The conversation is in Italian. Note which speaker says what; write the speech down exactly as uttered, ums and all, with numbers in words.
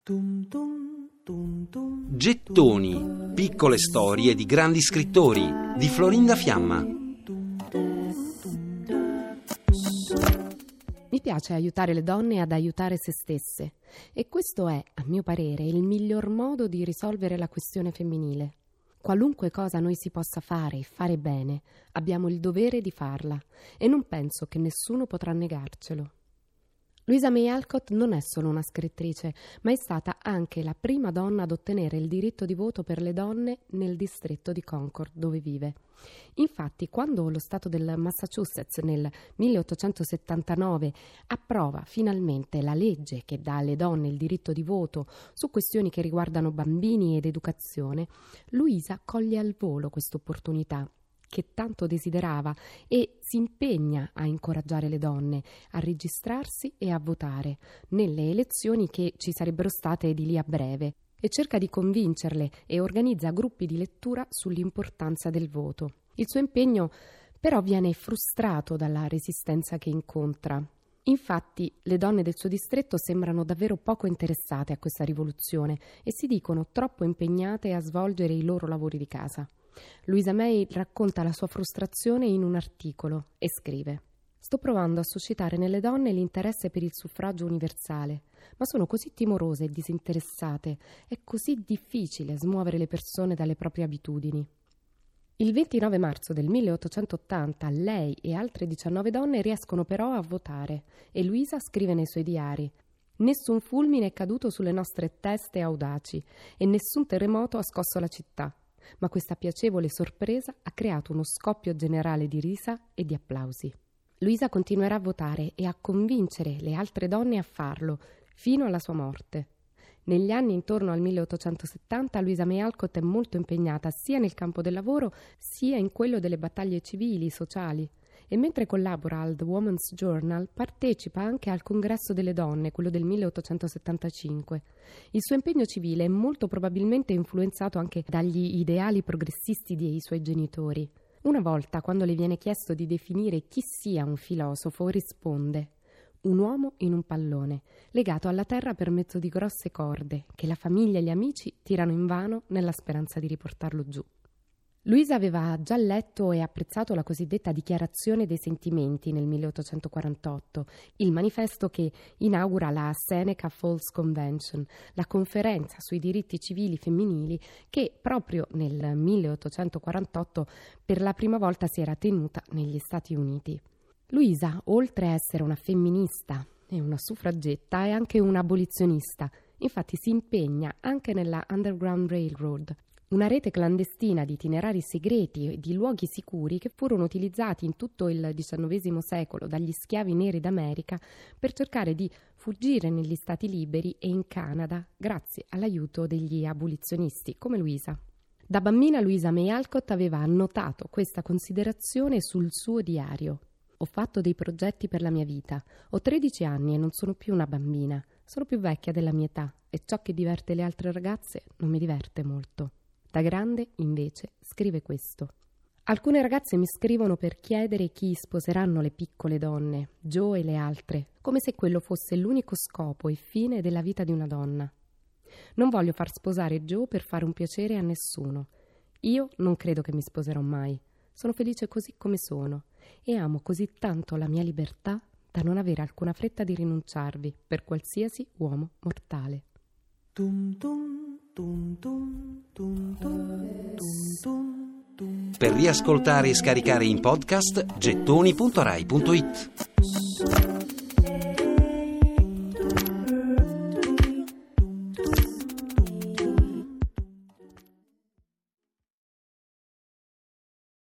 Speaker 1: Gettoni, piccole storie di grandi scrittori di Florinda Fiamma.
Speaker 2: Mi piace aiutare le donne ad aiutare se stesse e questo è, a mio parere, il miglior modo di risolvere la questione femminile. Qualunque cosa noi si possa fare e fare bene, abbiamo il dovere di farla e non penso che nessuno potrà negarcelo. Louisa May Alcott non è solo una scrittrice, ma è stata anche la prima donna ad ottenere il diritto di voto per le donne nel distretto di Concord, dove vive. Infatti, quando lo Stato del Massachusetts nel milleottocentosettantanove approva finalmente la legge che dà alle donne il diritto di voto su questioni che riguardano bambini ed educazione, Louisa coglie al volo questa opportunità che tanto desiderava e si impegna a incoraggiare le donne a registrarsi e a votare nelle elezioni che ci sarebbero state di lì a breve e cerca di convincerle e organizza gruppi di lettura sull'importanza del voto. Il suo impegno però viene frustrato dalla resistenza che incontra. Infatti le donne del suo distretto sembrano davvero poco interessate a questa rivoluzione e si dicono troppo impegnate a svolgere i loro lavori di casa. Louisa May racconta la sua frustrazione in un articolo e scrive: «Sto provando a suscitare nelle donne l'interesse per il suffragio universale, ma sono così timorose e disinteressate, è così difficile smuovere le persone dalle proprie abitudini». Il ventinove marzo del milleottocentottanta lei e altre diciannove donne riescono però a votare e Louisa scrive nei suoi diari: «Nessun fulmine è caduto sulle nostre teste audaci e nessun terremoto ha scosso la città. Ma questa piacevole sorpresa ha creato uno scoppio generale di risa e di applausi». Louisa continuerà a votare e a convincere le altre donne a farlo, fino alla sua morte. Negli anni intorno al milleottocentosettanta Louisa May Alcott è molto impegnata sia nel campo del lavoro sia in quello delle battaglie civili, sociali. E mentre collabora al The Woman's Journal, partecipa anche al Congresso delle Donne, quello del milleottocentosettantacinque. Il suo impegno civile è molto probabilmente influenzato anche dagli ideali progressisti dei suoi genitori. Una volta, quando le viene chiesto di definire chi sia un filosofo, risponde: «Un uomo in un pallone, legato alla terra per mezzo di grosse corde, che la famiglia e gli amici tirano invano nella speranza di riportarlo giù». Louisa aveva già letto e apprezzato la cosiddetta Dichiarazione dei Sentimenti nel milleottocentoquarantotto, il manifesto che inaugura la Seneca Falls Convention, la conferenza sui diritti civili femminili che proprio nel milleottocentoquarantotto per la prima volta si era tenuta negli Stati Uniti. Louisa, oltre a essere una femminista e una suffragetta, è anche una abolizionista. Infatti si impegna anche nella Underground Railroad, una rete clandestina di itinerari segreti e di luoghi sicuri che furono utilizzati in tutto il diciannovesimo secolo dagli schiavi neri d'America per cercare di fuggire negli Stati liberi e in Canada grazie all'aiuto degli abolizionisti come Louisa. Da bambina Louisa May Alcott aveva annotato questa considerazione sul suo diario. «Ho fatto dei progetti per la mia vita. Ho tredici anni e non sono più una bambina. Sono più vecchia della mia età e ciò che diverte le altre ragazze non mi diverte molto». Da grande, invece, scrive questo: «Alcune ragazze mi scrivono per chiedere chi sposeranno le piccole donne, Jo e le altre, come se quello fosse l'unico scopo e fine della vita di una donna. Non voglio far sposare Jo per fare un piacere a nessuno. Io non credo che mi sposerò mai. Sono felice così come sono e amo così tanto la mia libertà da non avere alcuna fretta di rinunciarvi per qualsiasi uomo mortale».
Speaker 1: Tum tum, tum tum, tum tum, tum tum. Per riascoltare e scaricare in podcast gettoni punto rai punto it.